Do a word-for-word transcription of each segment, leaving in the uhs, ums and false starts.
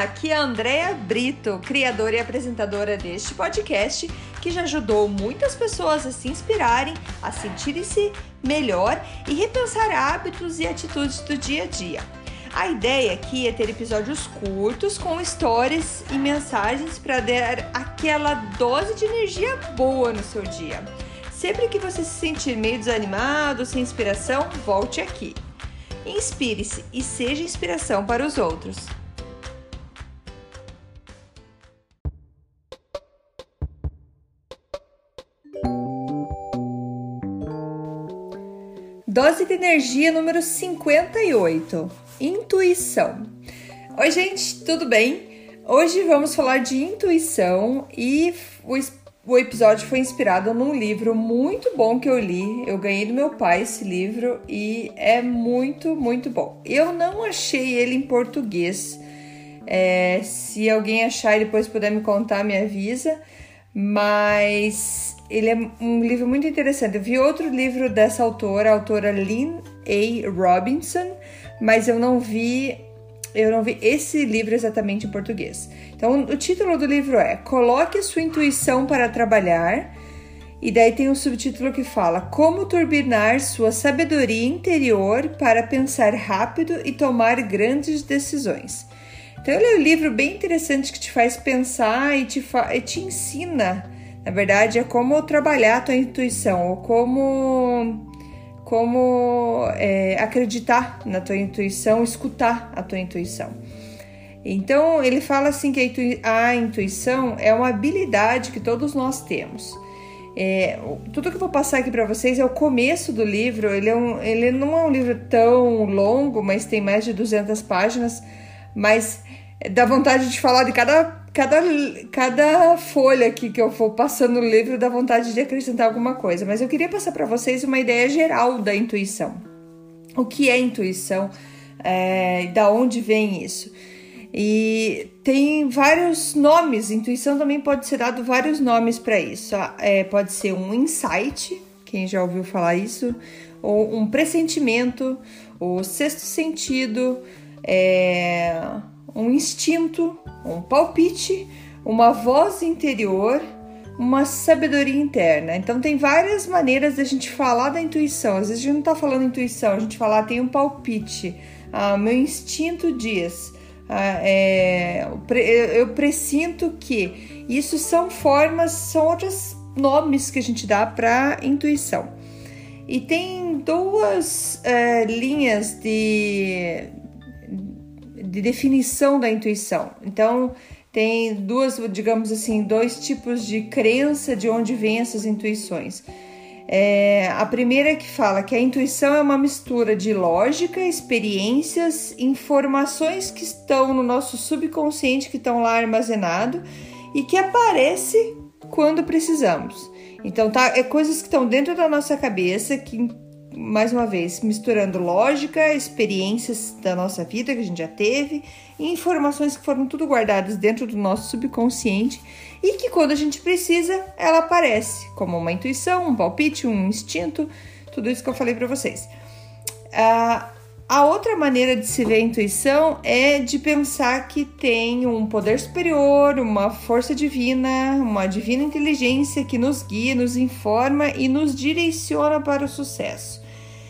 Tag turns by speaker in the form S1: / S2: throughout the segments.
S1: aqui é a Andrea Brito, criadora e apresentadora deste podcast, que já ajudou muitas pessoas a se inspirarem, a sentirem-se melhor e repensar hábitos e atitudes do dia a dia. A ideia aqui é ter episódios curtos com histórias e mensagens para dar aquela dose de energia boa no seu dia. Sempre que você se sentir meio desanimado, sem inspiração, volte aqui. Inspire-se e seja inspiração para os outros. Dose de energia número cinquenta e oito. Intuição. Oi, gente, tudo bem? Hoje vamos falar de intuição e o, o episódio foi inspirado num livro muito bom que eu li. Eu ganhei do meu pai esse livro e é muito, muito bom. Eu não achei ele em português. É, se alguém achar e depois puder me contar, me avisa. Mas ele é um livro muito interessante. Eu vi outro livro dessa autora, a autora Lynn A. Robinson, mas eu não vi, eu não vi esse livro exatamente em português. Então, o título do livro é Coloque a sua intuição para trabalhar, e daí tem um subtítulo que fala Como turbinar sua sabedoria interior para pensar rápido e tomar grandes decisões. Então, ele é um livro bem interessante que te faz pensar e te, fa- e te ensina, na verdade, é como trabalhar a tua intuição, ou como, como é, acreditar na tua intuição, escutar a tua intuição. Então, ele fala assim que a, intui- a intuição é uma habilidade que todos nós temos. É, tudo que eu vou passar aqui para vocês é o começo do livro. Ele, é um, ele não é um livro tão longo, mas tem mais de duzentas páginas, mas dá vontade de falar de cada, cada, cada folha aqui que eu for passando no livro, dá vontade de acrescentar alguma coisa. Mas eu queria passar para vocês uma ideia geral da intuição. O que é intuição? É, da onde vem isso? E tem vários nomes. Intuição também pode ser dado vários nomes para isso. É, pode ser um insight, quem já ouviu falar isso, ou um pressentimento, o sexto sentido, é... um instinto, um palpite, uma voz interior, uma sabedoria interna. Então, tem várias maneiras da gente falar da intuição. Às vezes a gente não está falando intuição, a gente fala, ah, tem um palpite, ah, meu instinto diz, ah, é, eu pressinto que. Isso são formas, são outros nomes que a gente dá para intuição. E tem duas é, linhas de... de definição da intuição. Então, tem duas, digamos assim, dois tipos de crença de onde vêm essas intuições. É, a primeira que fala que a intuição é uma mistura de lógica, experiências, informações que estão no nosso subconsciente, que estão lá armazenado e que aparece quando precisamos. Então, tá, é coisas que estão dentro da nossa cabeça, que mais uma vez, misturando lógica, experiências da nossa vida que a gente já teve, e informações que foram tudo guardadas dentro do nosso subconsciente e que quando a gente precisa, ela aparece como uma intuição, um palpite, um instinto, tudo isso que eu falei para vocês. Ah, a outra maneira de se ver a intuição é de pensar que tem um poder superior, uma força divina, uma divina inteligência que nos guia, nos informa e nos direciona para o sucesso.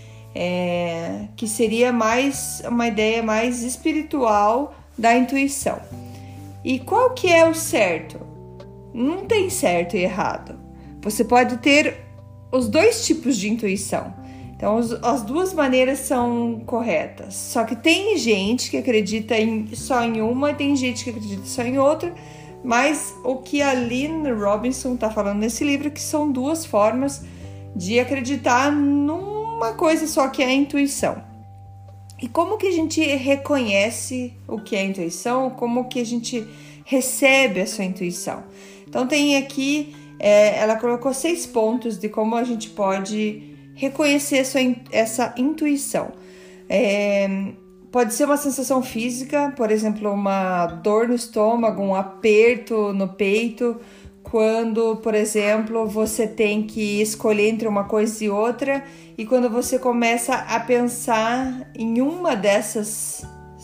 S1: É, que seria mais uma ideia mais espiritual da intuição. E qual que é o certo? Não tem certo e errado. Você pode ter os dois tipos de intuição. Então, os, as duas maneiras são corretas. Só que tem gente que acredita em, só em uma e tem gente que acredita só em outra. Mas o que a Lynn Robinson está falando nesse livro é que são duas formas de acreditar num uma coisa só, que é a intuição. E como que a gente reconhece o que é intuição? Como que a gente recebe a sua intuição? Então tem aqui, é, ela colocou seis pontos de como a gente pode reconhecer sua, essa intuição. É, pode ser uma sensação física, por exemplo, uma dor no estômago, um aperto no peito, quando, por exemplo, você tem que escolher entre uma coisa e outra, e quando você começa a pensar em uma dessas,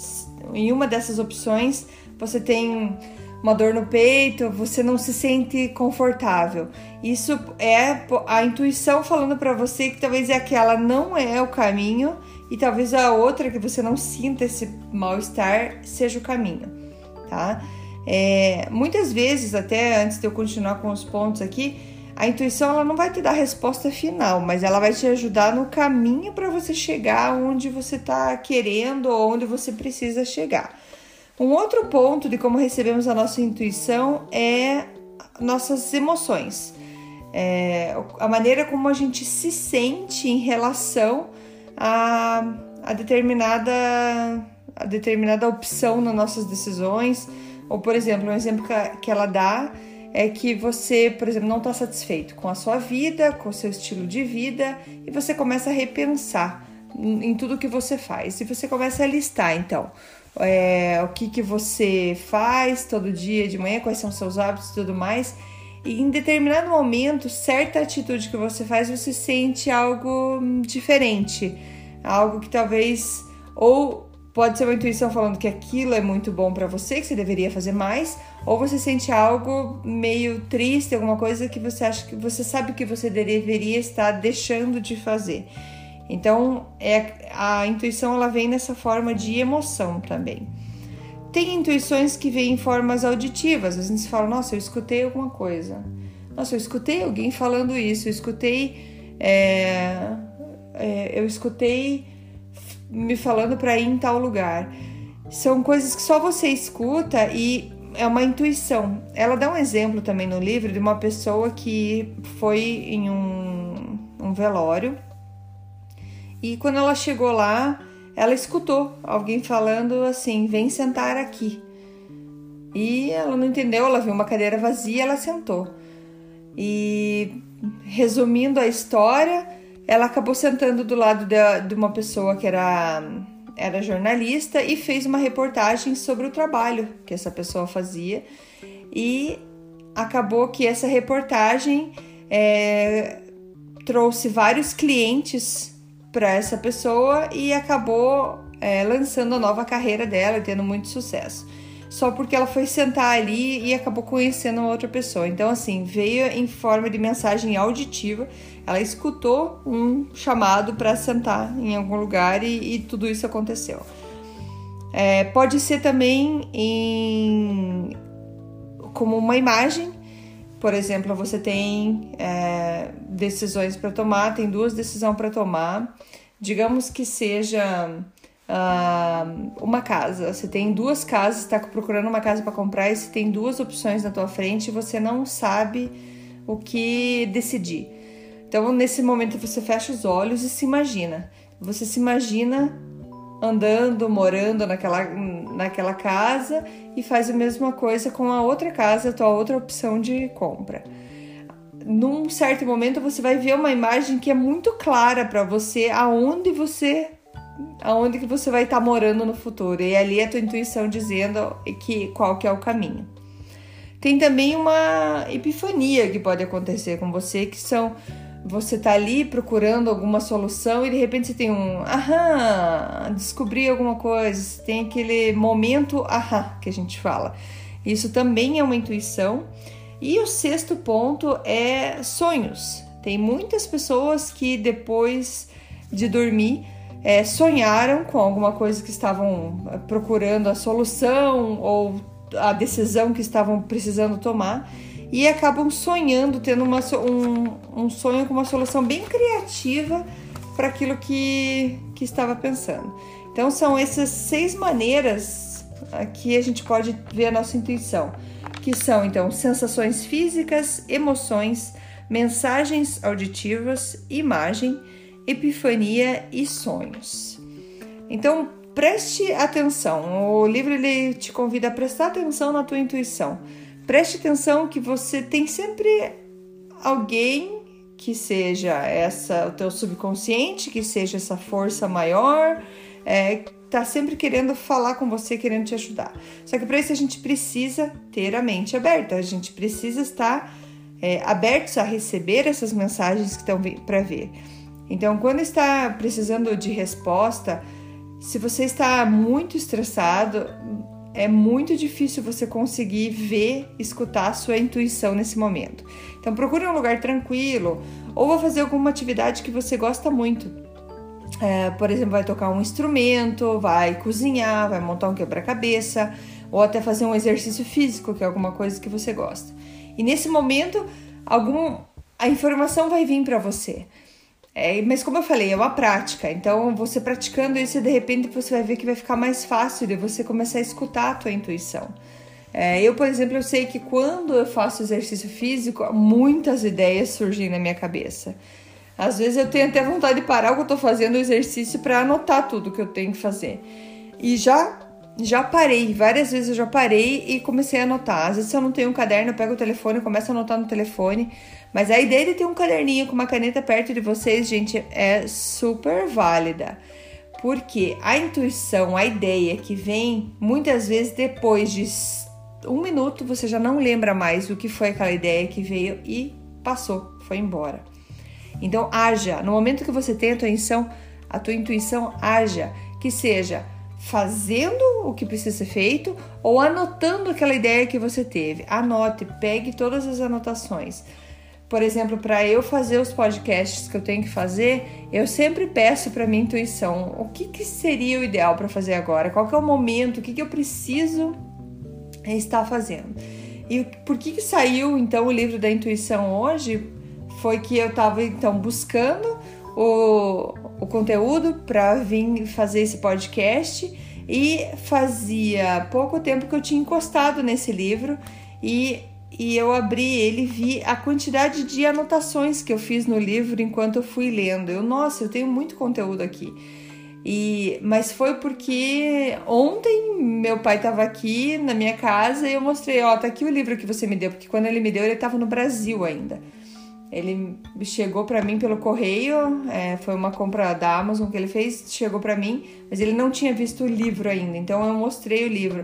S1: em uma dessas opções você tem uma dor no peito, você não se sente confortável. Isso é a intuição falando para você que talvez aquela não é o caminho e talvez a outra que você não sinta esse mal-estar seja o caminho, tá? É, muitas vezes, até antes de eu continuar com os pontos aqui, a intuição ela não vai te dar a resposta final, mas ela vai te ajudar no caminho para você chegar onde você está querendo ou onde você precisa chegar. Um outro ponto de como recebemos a nossa intuição é nossas emoções. É, a maneira como a gente se sente em relação a, a, determinada, a determinada opção nas nossas decisões. Ou, por exemplo, um exemplo que, que ela dá é que você, por exemplo, não está satisfeito com a sua vida, com o seu estilo de vida, e você começa a repensar em, em tudo que você faz. E você começa a listar, então, É, o que, que você faz todo dia de manhã, quais são seus hábitos e tudo mais, e em determinado momento, certa atitude que você faz, você sente algo diferente, algo que talvez, ou pode ser uma intuição falando que aquilo é muito bom para você, que você deveria fazer mais, ou você sente algo meio triste, alguma coisa que você acha que você sabe que você deveria estar deixando de fazer. Então, é, a intuição ela vem nessa forma de emoção também. Tem intuições que vêm em formas auditivas. Às vezes você fala, nossa, eu escutei alguma coisa. Nossa, eu escutei alguém falando isso. Eu escutei, é, é, eu escutei me falando para ir em tal lugar. São coisas que só você escuta e é uma intuição. Ela dá um exemplo também no livro de uma pessoa que foi em um, um velório. E quando ela chegou lá, ela escutou alguém falando assim, vem sentar aqui. E ela não entendeu, ela viu uma cadeira vazia, ela sentou. E resumindo a história, ela acabou sentando do lado de, de uma pessoa que era, era jornalista e fez uma reportagem sobre o trabalho que essa pessoa fazia. E acabou que essa reportagem é, trouxe vários clientes para essa pessoa e acabou é, lançando a nova carreira dela e tendo muito sucesso. Só porque ela foi sentar ali e acabou conhecendo uma outra pessoa. Então, assim, veio em forma de mensagem auditiva. Ela escutou um chamado para sentar em algum lugar e, e tudo isso aconteceu. É, pode ser também em, como uma imagem. Por exemplo, você tem é, decisões para tomar, tem duas decisões para tomar. Digamos que seja uh, uma casa. Você tem duas casas, está procurando uma casa para comprar e você tem duas opções na tua frente e você não sabe o que decidir. Então, nesse momento, você fecha os olhos e se imagina. Você se imagina andando, morando naquela, naquela casa e faz a mesma coisa com a outra casa, a tua outra opção de compra. Num certo momento você vai ver uma imagem que é muito clara para você aonde você aonde que você vai estar tá morando no futuro, e ali é a tua intuição dizendo que, qual que é o caminho. Tem também uma epifania que pode acontecer com você, que são você tá ali procurando alguma solução e de repente você tem um aham, descobri alguma coisa, tem aquele momento aham que a gente fala. Isso também é uma intuição. E o sexto ponto é sonhos. Tem muitas pessoas que depois de dormir é, sonharam com alguma coisa que estavam procurando a solução ou a decisão que estavam precisando tomar e acabam sonhando, tendo uma, um, um sonho com uma solução bem criativa para aquilo que, que estava pensando. Então são essas seis maneiras que a gente pode ver a nossa intuição, que são então sensações físicas, emoções, mensagens auditivas, imagem, epifania e sonhos. Então preste atenção, o livro ele te convida a prestar atenção na tua intuição. Preste atenção que você tem sempre alguém que seja essa, o teu subconsciente, que seja essa força maior, é, tá sempre querendo falar com você, querendo te ajudar. Só que para isso a gente precisa ter a mente aberta, a gente precisa estar é, abertos a receber essas mensagens que estão para ver. Então, quando está precisando de resposta, Se você está muito estressado, é muito difícil você conseguir ver, escutar a sua intuição nesse momento. Então procure um lugar tranquilo ou vá fazer alguma atividade que você gosta muito. É, por exemplo, vai tocar um instrumento, vai cozinhar, vai montar um quebra-cabeça ou até fazer um exercício físico, que é alguma coisa que você gosta. E nesse momento, algum, a informação vai vir para você. É, mas como eu falei, é uma prática. Então, você praticando isso, de repente você vai ver que vai ficar mais fácil de você começar a escutar a tua intuição. É, eu, por exemplo, eu sei que quando eu faço exercício físico, muitas ideias surgem na minha cabeça. Às vezes eu tenho até vontade de parar o que eu estou fazendo o exercício para anotar tudo que eu tenho que fazer. E já, já parei, várias vezes eu já parei e comecei a anotar. Às vezes se eu não tenho um caderno, eu pego o telefone e começo a anotar no telefone. Mas a ideia de ter um caderninho com uma caneta perto de vocês, gente, é super válida. Porque a intuição, a ideia que vem, muitas vezes depois de um minuto, você já não lembra mais o que foi aquela ideia que veio e passou, foi embora. Então, haja. No momento que você tem a tua intuição, a tua intuição haja. Que seja fazendo o que precisa ser feito ou anotando aquela ideia que você teve. Anote, pegue todas as anotações. Por exemplo, para eu fazer os podcasts que eu tenho que fazer, eu sempre peço para minha intuição o que, que seria o ideal para fazer agora, qual que é o momento, o que, que eu preciso estar fazendo. E por que, que saiu então o livro da intuição hoje? Foi que eu estava então buscando o, o conteúdo para vir fazer esse podcast e fazia pouco tempo que eu tinha encostado nesse livro e E eu abri ele e vi a quantidade de anotações que eu fiz no livro enquanto eu fui lendo. Eu, nossa, eu tenho muito conteúdo aqui. E, mas foi porque ontem meu pai estava aqui na minha casa e eu mostrei, ó, tá aqui o livro que você me deu. Porque quando ele me deu, ele estava no Brasil ainda. Ele chegou para mim pelo correio, é, foi uma compra da Amazon que ele fez, chegou para mim, mas ele não tinha visto o livro ainda. Então eu mostrei o livro.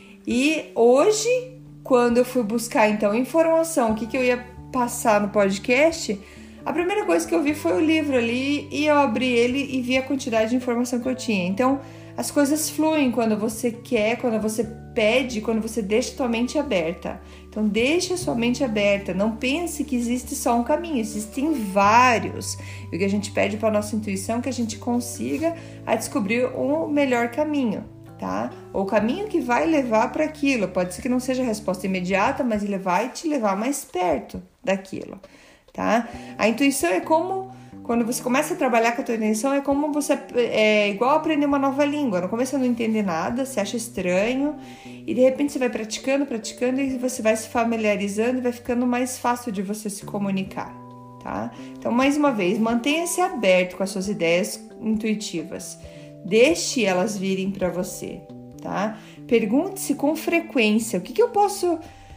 S1: E hoje... Quando eu fui buscar, então, informação, o que, que eu ia passar no podcast, a primeira coisa que eu vi foi o livro ali e eu abri ele e vi a quantidade de informação que eu tinha. Então, as coisas fluem quando você quer, quando você pede, quando você deixa sua mente aberta. Então, deixa sua mente aberta. Não pense que existe só um caminho, existem vários. E o que a gente pede para a nossa intuição é que a gente consiga a descobrir o melhor caminho. Tá? O caminho que vai levar para aquilo. Pode ser que não seja a resposta imediata, mas ele vai te levar mais perto daquilo. Tá? A intuição é como, quando você começa a trabalhar com a tua intuição, é como você, é igual aprender uma nova língua. No começo você não entende nada, você acha estranho, e de repente você vai praticando, praticando, e você vai se familiarizando e vai ficando mais fácil de você se comunicar. Tá? Então, mais uma vez, mantenha-se aberto com as suas ideias intuitivas. Deixe elas virem para você, tá? Pergunte-se com frequência, o que, que eu posso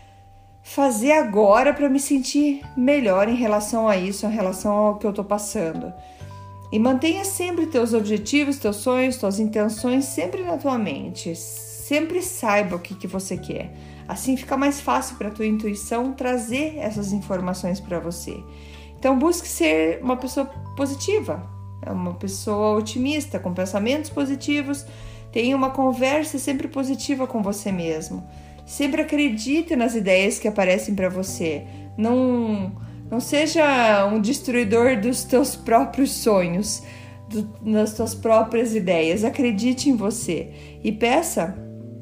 S1: fazer agora para me sentir melhor em relação a isso, em relação ao que eu estou passando. E mantenha sempre teus objetivos, teus sonhos, tuas intenções sempre na tua mente. Sempre saiba o que, que você quer. Assim fica mais fácil para a tua intuição trazer essas informações para você. Então busque ser uma pessoa positiva. É uma pessoa otimista, com pensamentos positivos, tenha uma conversa sempre positiva com você mesmo. Sempre acredite nas ideias que aparecem para você. Não, não seja um destruidor dos teus próprios sonhos, do, das tuas próprias ideias. Acredite em você e peça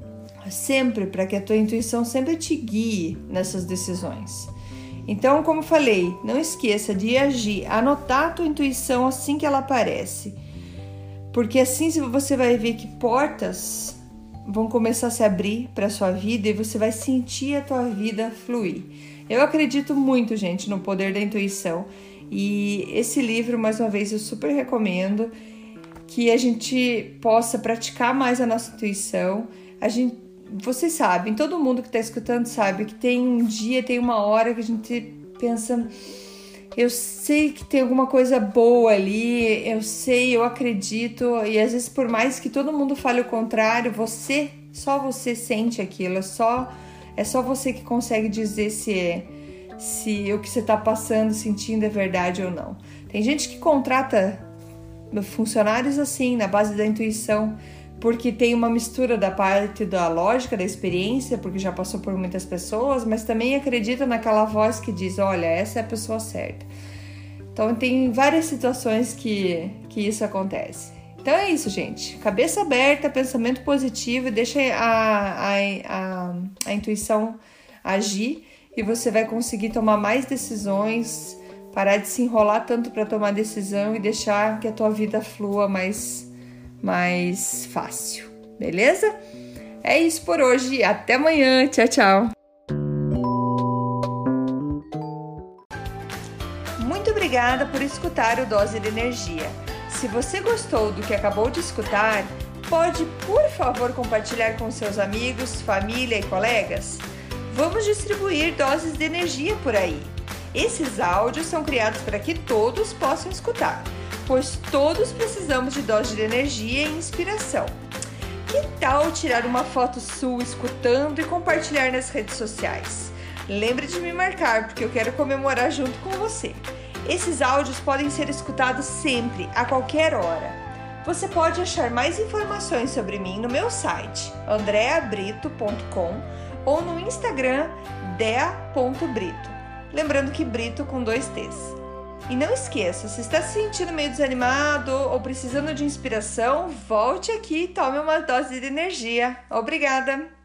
S1: sempre para que a tua intuição sempre te guie nessas decisões. Então, como falei, não esqueça de agir, anotar a tua intuição assim que ela aparece. Porque assim você vai ver que portas vão começar a se abrir para a sua vida e você vai sentir a tua vida fluir. Eu acredito muito, gente, no poder da intuição. E esse livro, mais uma vez, eu super recomendo que a gente possa praticar mais a nossa intuição. A gente Vocês sabem, todo mundo que está escutando sabe que tem um dia, tem uma hora que a gente pensa, eu sei que tem alguma coisa boa ali, eu sei, eu acredito, e às vezes por mais que todo mundo fale o contrário, você, só você sente aquilo, é só, é só você que consegue dizer se, se o que você está passando, sentindo é verdade ou não. Tem gente que contrata funcionários assim, na base da intuição, porque tem uma mistura da parte da lógica, da experiência, porque já passou por muitas pessoas, mas também acredita naquela voz que diz, olha, essa é a pessoa certa. Então tem várias situações que, que isso acontece. Então é isso, gente. Cabeça aberta, pensamento positivo, deixa a, a, a, a intuição agir e você vai conseguir tomar mais decisões, parar de se enrolar tanto para tomar decisão e deixar que a tua vida flua mais, mais fácil. Beleza? É isso por hoje. Até amanhã. Tchau, tchau. Muito obrigada por escutar o Dose de Energia. Se você gostou do que acabou de escutar, pode, por favor, compartilhar com seus amigos, família e colegas? Vamos distribuir doses de energia por aí. Esses áudios são criados para que todos possam escutar, pois todos precisamos de doses de energia e inspiração. Que tal tirar uma foto sua escutando e compartilhar nas redes sociais? Lembre de me marcar, porque eu quero comemorar junto com você. Esses áudios podem ser escutados sempre, a qualquer hora. Você pode achar mais informações sobre mim no meu site, andrea brito ponto com, ou no Instagram, dea ponto brito. Lembrando que Brito com dois T's. E não esqueça, se está se sentindo meio desanimado ou precisando de inspiração, volte aqui e tome uma dose de energia. Obrigada!